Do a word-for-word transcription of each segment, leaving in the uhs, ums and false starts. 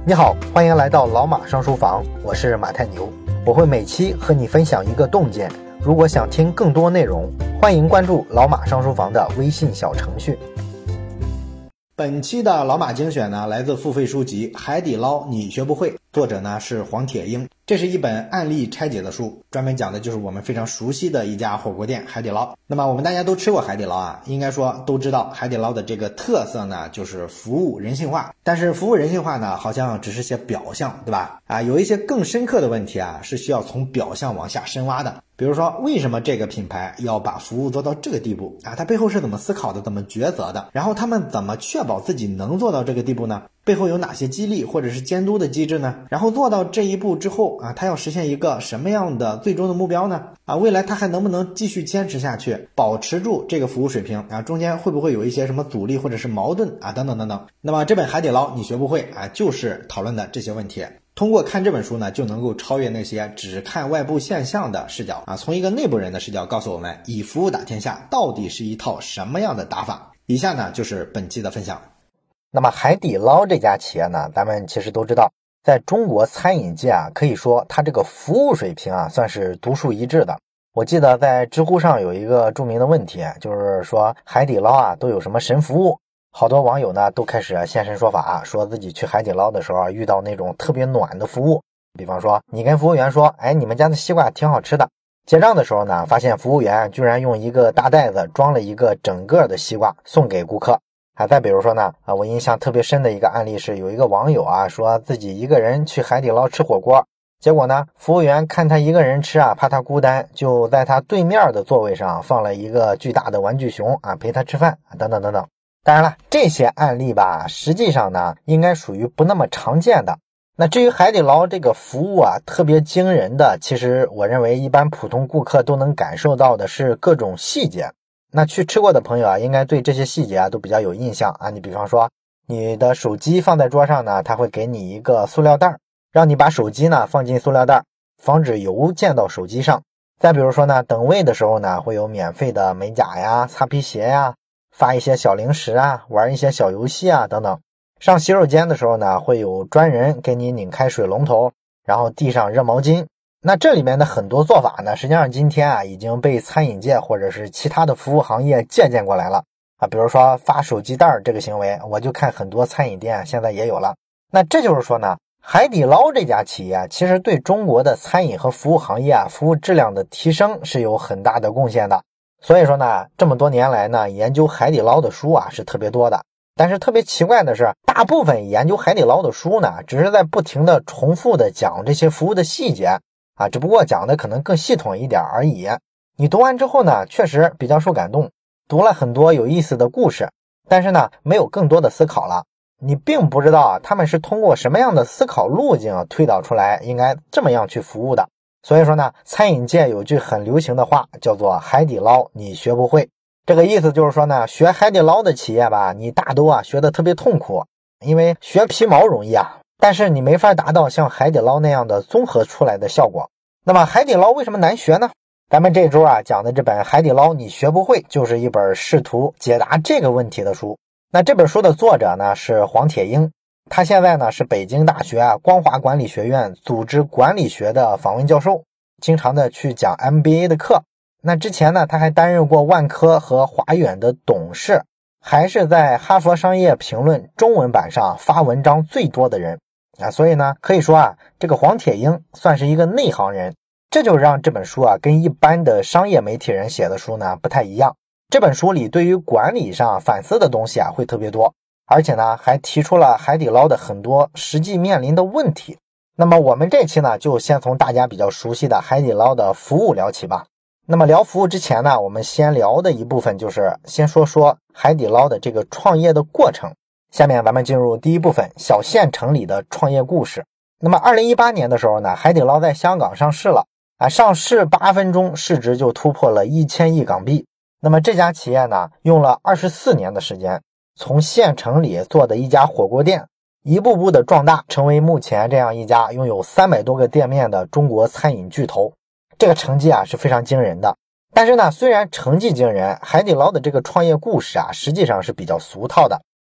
你好，欢迎来到老马上书房，我是马太牛，我会每期和你分享一个洞见。如果想听更多内容，欢迎关注老马上书房的微信小程序。本期的老马精选呢，来自付费书籍《海底捞你学不会》，作者呢是黄铁英。这是一本案例拆解的书，专门讲的就是我们非常熟悉的一家火锅店海底捞。那么我们大家都吃过海底捞啊，应该说都知道海底捞的这个特色呢，就是服务人性化。但是服务人性化呢，好像只是些表象，对吧？啊，有一些更深刻的问题啊，是需要从表象往下深挖的。比如说，为什么这个品牌要把服务做到这个地步啊？它背后是怎么思考的，怎么抉择的？然后他们怎么确保自己能做到这个地步呢？背后有哪些激励或者是监督的机制呢？然后做到这一步之后啊，他要实现一个什么样的最终的目标呢？啊，未来他还能不能继续坚持下去，保持住这个服务水平啊？中间会不会有一些什么阻力或者是矛盾啊？等等等等。那么这本海底捞你学不会啊，就是讨论的这些问题。通过看这本书呢，就能够超越那些只看外部现象的视角啊，从一个内部人的视角告诉我们，以服务打天下到底是一套什么样的打法。以下呢就是本期的分享。那么海底捞这家企业呢，咱们其实都知道，在中国餐饮界啊，可以说它这个服务水平啊，算是独树一帜的。我记得在知乎上有一个著名的问题，就是说海底捞啊都有什么神服务？好多网友呢都开始现身说法，说自己去海底捞的时候啊，遇到那种特别暖的服务。比方说，你跟服务员说，哎，你们家的西瓜挺好吃的。结账的时候呢，发现服务员居然用一个大袋子装了一个整个的西瓜送给顾客。啊，再比如说呢，啊，我印象特别深的一个案例是，有一个网友啊说自己一个人去海底捞吃火锅，结果呢，服务员看他一个人吃啊，怕他孤单，就在他对面的座位上放了一个巨大的玩具熊啊，陪他吃饭啊，等等等等。当然了，这些案例吧，实际上呢，应该属于不那么常见的。那至于海底捞这个服务啊，特别惊人的，其实我认为一般普通顾客都能感受到的是各种细节。那去吃过的朋友啊，应该对这些细节啊都比较有印象啊。你比方说，你的手机放在桌上呢，他会给你一个塑料袋，让你把手机呢放进塑料袋，防止油溅到手机上。再比如说呢，等位的时候呢，会有免费的美甲呀、擦皮鞋呀，发一些小零食啊，玩一些小游戏啊等等。上洗手间的时候呢，会有专人给你拧开水龙头，然后递上热毛巾。那这里面的很多做法呢，实际上今天啊已经被餐饮界或者是其他的服务行业借鉴过来了啊。比如说发手机袋这个行为，我就看很多餐饮店现在也有了。那这就是说呢，海底捞这家企业其实对中国的餐饮和服务行业啊，服务质量的提升是有很大的贡献的。所以说呢，这么多年来呢，研究海底捞的书啊是特别多的。但是特别奇怪的是，大部分研究海底捞的书呢，只是在不停的重复的讲这些服务的细节啊，只不过讲的可能更系统一点而已。你读完之后呢，确实比较受感动，读了很多有意思的故事，但是呢，没有更多的思考了。你并不知道啊，他们是通过什么样的思考路径推导出来应该这么样去服务的。所以说呢，餐饮界有句很流行的话，叫做海底捞你学不会。这个意思就是说呢，学海底捞的企业吧，你大都啊学得特别痛苦，因为学皮毛容易啊，但是你没法达到像海底捞那样的综合出来的效果。那么海底捞为什么难学呢？咱们这周啊讲的这本海底捞你学不会，就是一本试图解答这个问题的书。那这本书的作者呢是黄铁英，他现在呢是北京大学啊光华管理学院组织管理学的访问教授，经常的去讲 M B A 的课。那之前呢，他还担任过万科和华远的董事，还是在哈佛商业评论中文版上发文章最多的人啊，所以呢，可以说啊，这个黄铁英算是一个内行人，这就让这本书啊跟一般的商业媒体人写的书呢不太一样。这本书里对于管理上反思的东西啊会特别多，而且呢还提出了海底捞的很多实际面临的问题。那么我们这期呢就先从大家比较熟悉的海底捞的服务聊起吧。那么聊服务之前呢，我们先聊的一部分就是先说说海底捞的这个创业的过程。下面咱们进入第一部分，小县城里的创业故事。那么二零一八年的时候呢，海底捞在香港上市了啊，上市八分钟市值就突破了一千亿港币。那么这家企业呢，用了二十四年的时间，从县城里做的一家火锅店，一步步的壮大，成为目前这样一家拥有三百多个店面的中国餐饮巨头。这个成绩啊是非常惊人的。但是呢，虽然成绩惊人，海底捞的这个创业故事啊，实际上是比较俗套的。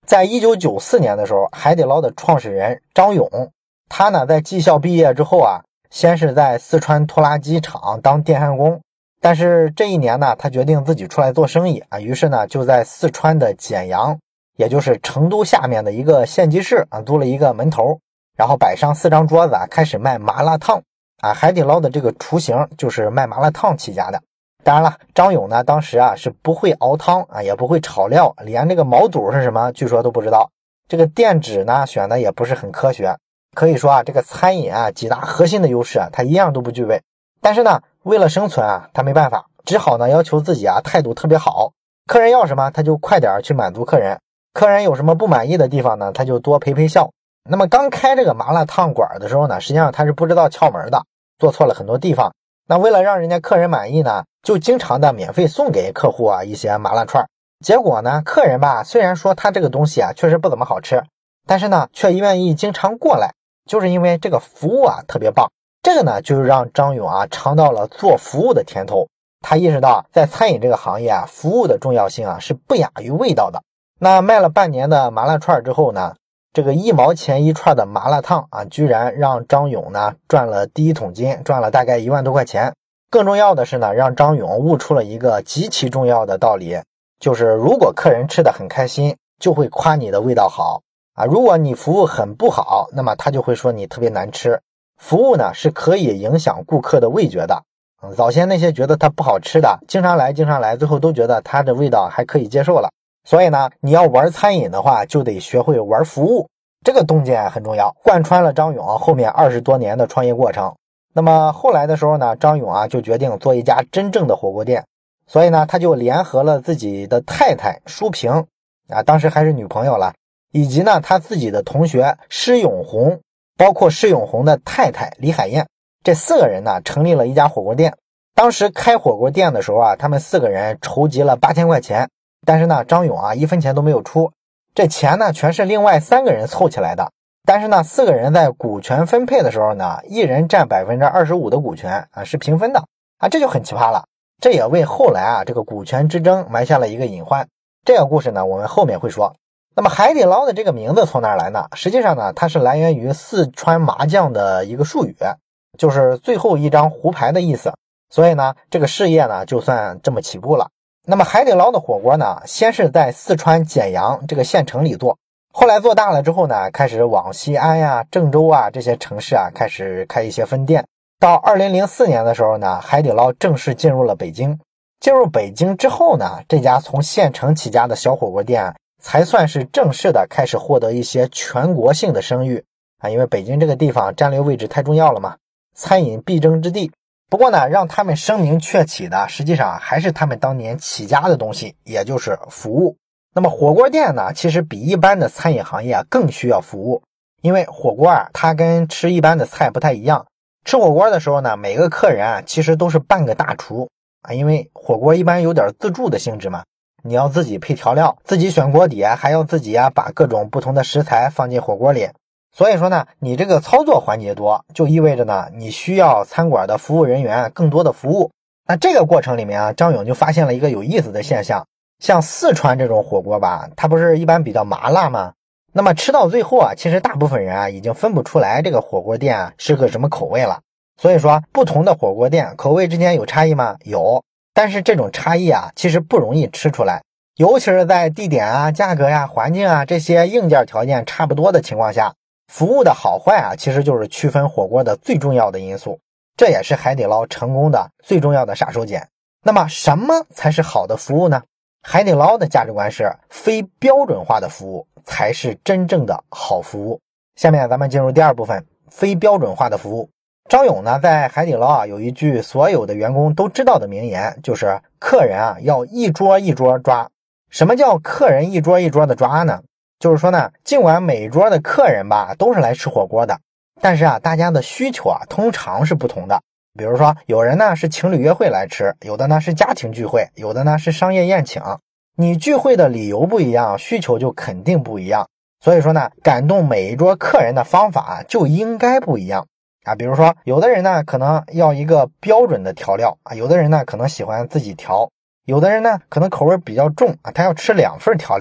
在一九九四年的时候，海底捞的创始人张勇，他呢在技校毕业之后啊，先是在四川拖拉机厂当电焊工，但是这一年呢，他决定自己出来做生意啊，于是呢就在四川的简阳，也就是成都下面的一个县级市啊，租了一个门头，然后摆上四张桌子啊，开始卖麻辣烫啊。海底捞的这个雏形就是卖麻辣烫起家的。当然了，张勇呢当时啊是不会熬汤啊，也不会炒料，连这个毛肚是什么据说都不知道。这个垫纸呢选的也不是很科学，可以说啊这个餐饮啊几大核心的优势啊他一样都不具备。但是呢为了生存啊他没办法，只好呢要求自己啊态度特别好，客人要什么他就快点去满足客人，客人有什么不满意的地方呢他就多陪陪笑。那么刚开这个麻辣烫馆的时候呢，实际上他是不知道窍门的，做错了很多地方。那为了让人家客人满意呢，就经常的免费送给客户啊一些麻辣串。结果呢，客人吧虽然说他这个东西啊确实不怎么好吃，但是呢却愿意经常过来，就是因为这个服务啊特别棒。这个呢就是让张勇啊尝到了做服务的甜头。他意识到在餐饮这个行业啊，服务的重要性啊是不亚于味道的。那卖了半年的麻辣串之后呢，这个一毛钱一串的麻辣烫啊，居然让张勇呢赚了第一桶金，赚了大概一万多块钱。更重要的是呢，让张勇悟出了一个极其重要的道理，就是如果客人吃得很开心，就会夸你的味道好啊；如果你服务很不好，那么他就会说你特别难吃。服务呢是可以影响顾客的味觉的。嗯，早先那些觉得它不好吃的，经常来经常来，最后都觉得它的味道还可以接受了。所以呢，你要玩餐饮的话，就得学会玩服务，这个洞见很重要，贯穿了张勇后面二十多年的创业过程。那么后来的时候呢，张勇啊就决定做一家真正的火锅店，所以呢，他就联合了自己的太太舒萍啊，当时还是女朋友了，以及呢他自己的同学施永红，包括施永红的太太李海燕，这四个人呢成立了一家火锅店。当时开火锅店的时候啊，他们四个人筹集了八千块钱，但是呢，张勇啊一分钱都没有出，这钱呢全是另外三个人凑起来的。但是呢，四个人在股权分配的时候呢，一人占 百分之二十五 的股权啊，是平分的啊，这就很奇葩了。这也为后来啊这个股权之争埋下了一个隐患。这个故事呢，我们后面会说。那么海底捞的这个名字从哪儿来呢？实际上呢，它是来源于四川麻将的一个术语，就是最后一张胡牌的意思。所以呢，这个事业呢就算这么起步了。那么海底捞的火锅呢，先是在四川简阳这个县城里做，后来做大了之后呢，开始往西安呀、郑州啊这些城市啊开始开一些分店。到二零零四年的时候呢，海底捞正式进入了北京。进入北京之后呢，这家从县城起家的小火锅店才算是正式的开始获得一些全国性的声誉啊，因为北京这个地方战略位置太重要了嘛，餐饮必争之地。不过呢，让他们声名鹊起的实际上还是他们当年起家的东西，也就是服务。那么火锅店呢，其实比一般的餐饮行业啊更需要服务，因为火锅啊它跟吃一般的菜不太一样。吃火锅的时候呢，每个客人啊其实都是半个大厨啊，因为火锅一般有点自助的性质嘛，你要自己配调料，自己选锅底，还要自己啊把各种不同的食材放进火锅里。所以说呢，你这个操作环节多，就意味着呢，你需要餐馆的服务人员更多的服务。那这个过程里面啊，张勇就发现了一个有意思的现象，像四川这种火锅吧，它不是一般比较麻辣吗？那么吃到最后啊，其实大部分人啊已经分不出来这个火锅店啊是个什么口味了。所以说，不同的火锅店口味之间有差异吗？有，但是这种差异啊，其实不容易吃出来，尤其是在地点啊、价格呀、环境啊这些硬件条件差不多的情况下。服务的好坏啊，其实就是区分火锅的最重要的因素，这也是海底捞成功的最重要的杀手锏。那么什么才是好的服务呢？海底捞的价值观是非标准化的服务才是真正的好服务。下面咱们进入第二部分，非标准化的服务。张勇呢，在海底捞啊有一句所有的员工都知道的名言，就是客人啊要一桌一桌抓。什么叫客人一桌一桌的抓呢？就是说呢，尽管每桌的客人吧都是来吃火锅的，但是啊，大家的需求啊通常是不同的。比如说，有人呢是情侣约会来吃，有的呢是家庭聚会，有的呢是商业宴请。你聚会的理由不一样，需求就肯定不一样。所以说呢，感动每一桌客人的方法就应该不一样啊。比如说，有的人呢可能要一个标准的调料啊，有的人呢可能喜欢自己调，有的人呢可能口味比较重啊，他要吃两份调料。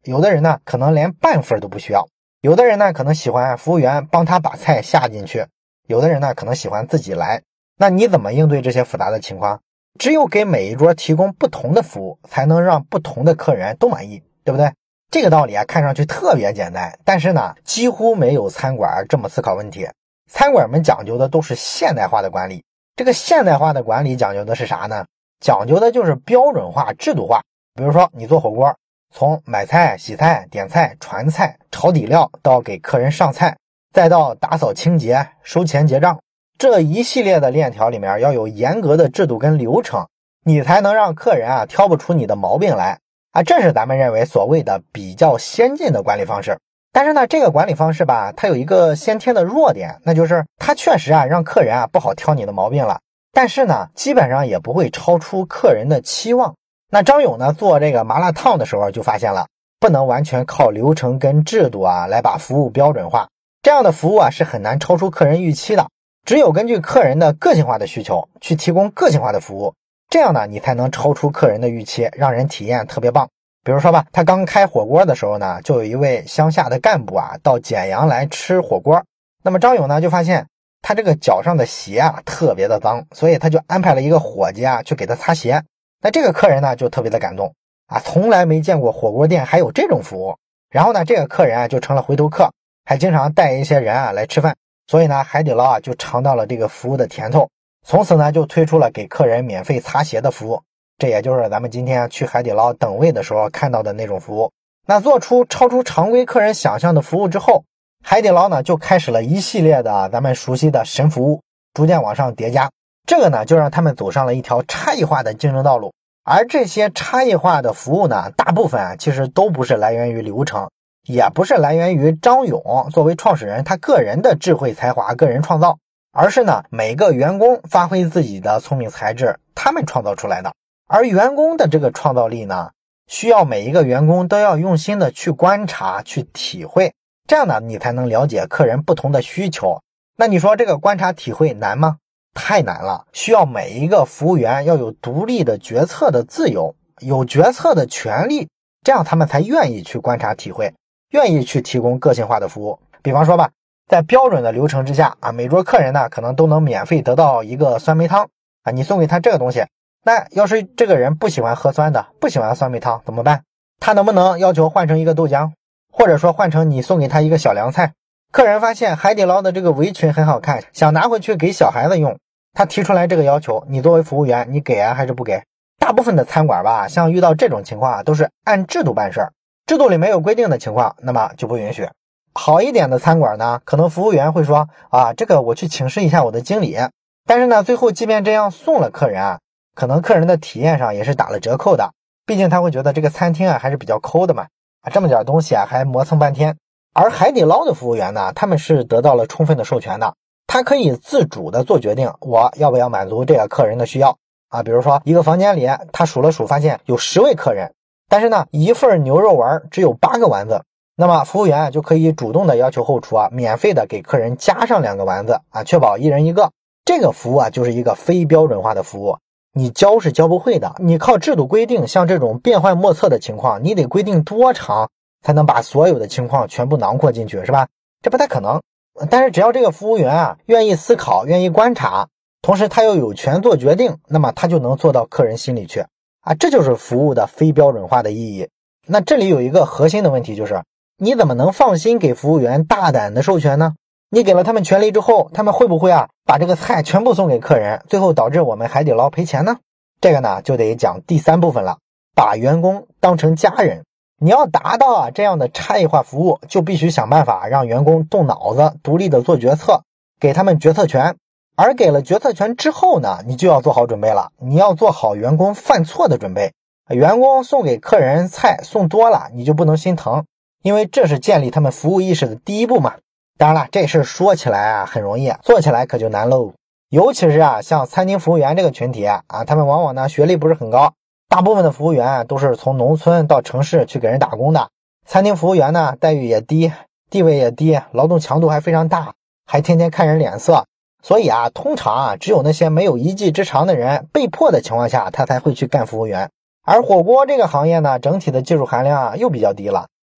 有的人呢可能连半份都不需要，有的人呢可能喜欢服务员帮他把菜下进去，有的人呢可能喜欢自己来。那你怎么应对这些复杂的情况？只有给每一桌提供不同的服务，才能让不同的客人都满意，对不对？这个道理啊看上去特别简单，但是呢几乎没有餐馆这么思考问题。餐馆们讲究的都是现代化的管理，这个现代化的管理讲究的是啥呢？讲究的就是标准化、制度化。比如说你做火锅，从买菜、洗菜、点菜、传菜、炒底料，到给客人上菜，再到打扫清洁、收钱结账，这一系列的链条里面要有严格的制度跟流程，你才能让客人啊挑不出你的毛病来啊，这是咱们认为所谓的比较先进的管理方式。但是呢，这个管理方式吧，它有一个先天的弱点，那就是它确实啊让客人啊不好挑你的毛病了，但是呢基本上也不会超出客人的期望。那张勇呢做这个麻辣烫的时候就发现了，不能完全靠流程跟制度啊来把服务标准化，这样的服务啊是很难超出客人预期的。只有根据客人的个性化的需求去提供个性化的服务，这样呢你才能超出客人的预期，让人体验特别棒。比如说吧，他刚开火锅的时候呢，就有一位乡下的干部啊到简阳来吃火锅。那么张勇呢就发现他这个脚上的鞋啊特别的脏，所以他就安排了一个伙计啊去给他擦鞋。那这个客人呢就特别的感动啊，从来没见过火锅店还有这种服务。然后呢这个客人啊就成了回头客，还经常带一些人啊来吃饭。所以呢海底捞啊就尝到了这个服务的甜头，从此呢就推出了给客人免费擦鞋的服务。这也就是咱们今天去海底捞等位的时候看到的那种服务。那做出超出常规客人想象的服务之后，海底捞呢就开始了一系列的咱们熟悉的神服务，逐渐往上叠加。这个呢就让他们走上了一条差异化的竞争道路。而这些差异化的服务呢，大部分啊其实都不是来源于流程，也不是来源于张勇作为创始人他个人的智慧才华、个人创造，而是呢每个员工发挥自己的聪明才智，他们创造出来的。而员工的这个创造力呢，需要每一个员工都要用心的去观察、去体会，这样呢你才能了解客人不同的需求。那你说这个观察体会难吗？太难了，需要每一个服务员要有独立的决策的自由，有决策的权利，这样他们才愿意去观察体会，愿意去提供个性化的服务。比方说吧，在标准的流程之下啊，每桌客人呢可能都能免费得到一个酸梅汤啊，你送给他这个东西，那要是这个人不喜欢喝酸的，不喜欢酸梅汤怎么办？他能不能要求换成一个豆浆，或者说换成你送给他一个小凉菜？客人发现海底捞的这个围裙很好看，想拿回去给小孩子用，他提出来这个要求，你作为服务员你给啊还是不给？大部分的餐馆吧，像遇到这种情况啊，都是按制度办事，制度里没有规定的情况，那么就不允许。好一点的餐馆呢，可能服务员会说啊，这个我去请示一下我的经理。但是呢，最后即便这样送了客人啊，可能客人的体验上也是打了折扣的，毕竟他会觉得这个餐厅啊还是比较抠的嘛，啊这么点东西啊还磨蹭半天。而海底捞的服务员呢，他们是得到了充分的授权的，他可以自主的做决定，我要不要满足这个客人的需要啊。比如说一个房间里他数了数发现有十位客人，但是呢一份牛肉丸只有八个丸子，那么服务员就可以主动的要求后厨啊免费的给客人加上两个丸子啊，确保一人一个。这个服务啊就是一个非标准化的服务，你教是教不会的，你靠制度规定，像这种变幻莫测的情况，你得规定多长才能把所有的情况全部囊括进去，是吧？这不太可能。但是只要这个服务员啊愿意思考，愿意观察，同时他又有权做决定，那么他就能做到客人心里去啊，这就是服务的非标准化的意义。那这里有一个核心的问题，就是你怎么能放心给服务员大胆的授权呢？你给了他们权利之后，他们会不会啊把这个菜全部送给客人，最后导致我们海底捞赔钱呢？这个呢就得讲第三部分了，把员工当成家人。你要达到啊这样的差异化服务，就必须想办法让员工动脑子，独立的做决策，给他们决策权。而给了决策权之后呢，你就要做好准备了，你要做好员工犯错的准备。员工送给客人菜送多了，你就不能心疼，因为这是建立他们服务意识的第一步嘛。当然了，这事说起来啊很容易，做起来可就难喽。尤其是啊像餐厅服务员这个群体啊，他们往往呢学历不是很高，大部分的服务员都是从农村到城市去给人打工的。餐厅服务员呢待遇也低，地位也低，劳动强度还非常大，还天天看人脸色。所以啊通常啊只有那些没有一技之长的人，被迫的情况下他才会去干服务员。而火锅这个行业呢，整体的技术含量啊又比较低了，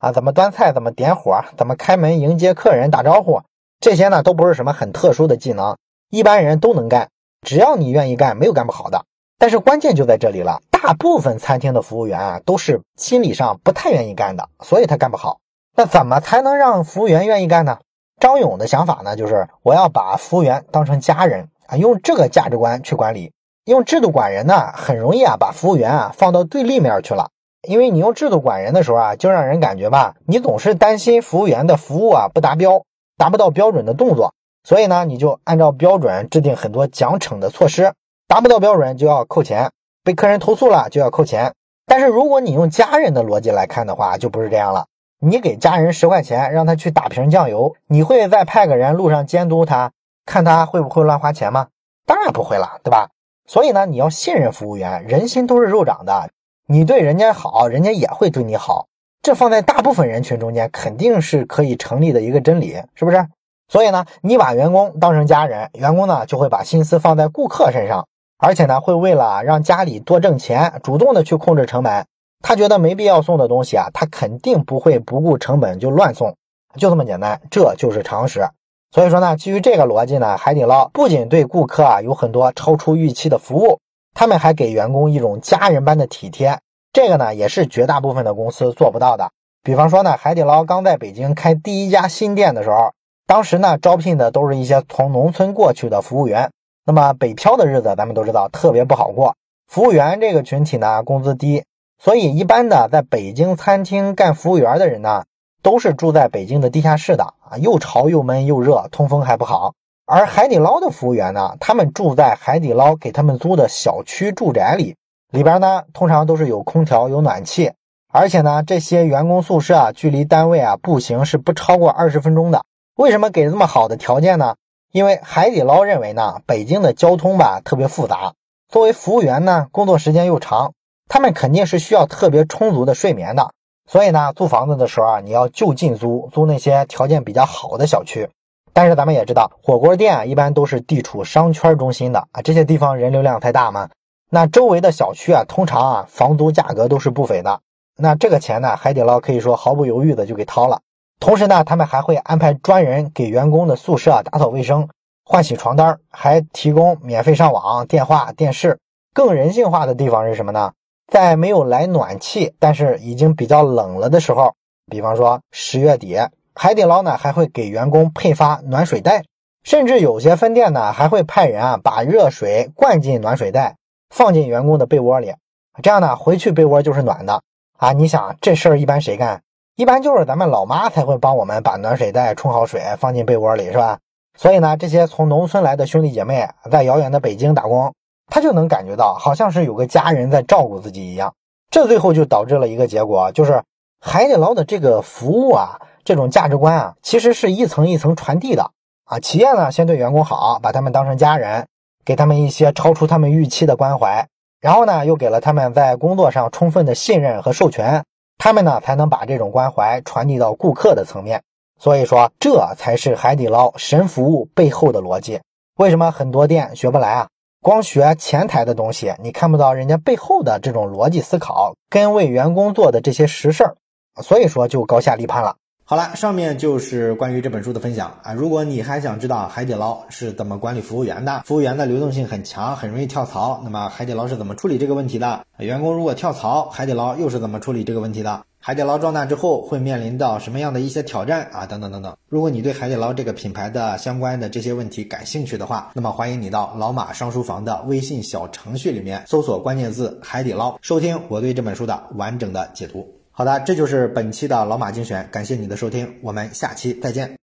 啊，怎么端菜，怎么点火，怎么开门迎接客人打招呼，这些呢都不是什么很特殊的技能，一般人都能干，只要你愿意干，没有干不好的。但是关键就在这里了，大部分餐厅的服务员啊都是心理上不太愿意干的，所以他干不好。那怎么才能让服务员愿意干呢？张勇的想法呢，就是我要把服务员当成家人啊，用这个价值观去管理。用制度管人呢，很容易啊把服务员啊放到对立面去了。因为你用制度管人的时候啊，就让人感觉吧，你总是担心服务员的服务啊不达标，达不到标准的动作，所以呢，你就按照标准制定很多奖惩的措施，达不到标准就要扣钱，被客人投诉了就要扣钱。但是如果你用家人的逻辑来看的话，就不是这样了。你给家人十块钱让他去打瓶酱油，你会再派个人路上监督他，看他会不会乱花钱吗？当然不会了，对吧？所以呢，你要信任服务员，人心都是肉长的，你对人家好，人家也会对你好，这放在大部分人群中间肯定是可以成立的一个真理，是不是？所以呢，你把员工当成家人，员工呢就会把心思放在顾客身上，而且呢会为了让家里多挣钱，主动的去控制成本。他觉得没必要送的东西啊，他肯定不会不顾成本就乱送，就这么简单，这就是常识。所以说呢，基于这个逻辑呢，海底捞不仅对顾客啊有很多超出预期的服务，他们还给员工一种家人般的体贴，这个呢也是绝大部分的公司做不到的。比方说呢，海底捞刚在北京开第一家新店的时候，当时呢招聘的都是一些从农村过去的服务员，那么北漂的日子咱们都知道特别不好过，服务员这个群体呢工资低，所以一般的在北京餐厅干服务员的人呢，都是住在北京的地下室的啊，又潮又闷又热，通风还不好。而海底捞的服务员呢，他们住在海底捞给他们租的小区住宅里，里边呢通常都是有空调有暖气，而且呢这些员工宿舍啊距离单位啊步行是不超过二十分钟的。为什么给这么好的条件呢？因为海底捞认为呢，北京的交通吧特别复杂，作为服务员呢工作时间又长，他们肯定是需要特别充足的睡眠的，所以呢租房子的时候啊，你要就近租，租那些条件比较好的小区。但是咱们也知道，火锅店啊一般都是地处商圈中心的啊，这些地方人流量太大嘛，那周围的小区啊通常啊房租价格都是不菲的，那这个钱呢海底捞可以说毫不犹豫的就给掏了。同时呢，他们还会安排专人给员工的宿舍打扫卫生，换洗床单，还提供免费上网、电话、电视。更人性化的地方是什么呢？在没有来暖气，但是已经比较冷了的时候，比方说十月底，海底捞呢还会给员工配发暖水袋，甚至有些分店呢还会派人啊把热水灌进暖水袋，放进员工的被窝里，这样呢回去被窝就是暖的啊！你想这事儿一般谁干？一般就是咱们老妈才会帮我们把暖水袋冲好水放进被窝里，是吧？所以呢，这些从农村来的兄弟姐妹在遥远的北京打工，他就能感觉到好像是有个家人在照顾自己一样。这最后就导致了一个结果，就是海底捞的这个服务啊，这种价值观啊，其实是一层一层传递的啊。企业呢先对员工好，把他们当成家人，给他们一些超出他们预期的关怀，然后呢又给了他们在工作上充分的信任和授权，他们呢才能把这种关怀传递到顾客的层面。所以说这才是海底捞神服务背后的逻辑。为什么很多店学不来啊？光学前台的东西，你看不到人家背后的这种逻辑思考跟为员工做的这些实事儿，所以说就高下立判了。好了，上面就是关于这本书的分享啊。如果你还想知道海底捞是怎么管理服务员的，服务员的流动性很强，很容易跳槽，那么海底捞是怎么处理这个问题的？员工如果跳槽，海底捞又是怎么处理这个问题的？海底捞壮大之后会面临到什么样的一些挑战啊？等等等等。如果你对海底捞这个品牌的相关的这些问题感兴趣的话，那么欢迎你到老马上书房的微信小程序里面搜索关键字海底捞，收听我对这本书的完整的解读。好的，这就是本期的老马精选，感谢你的收听，我们下期再见。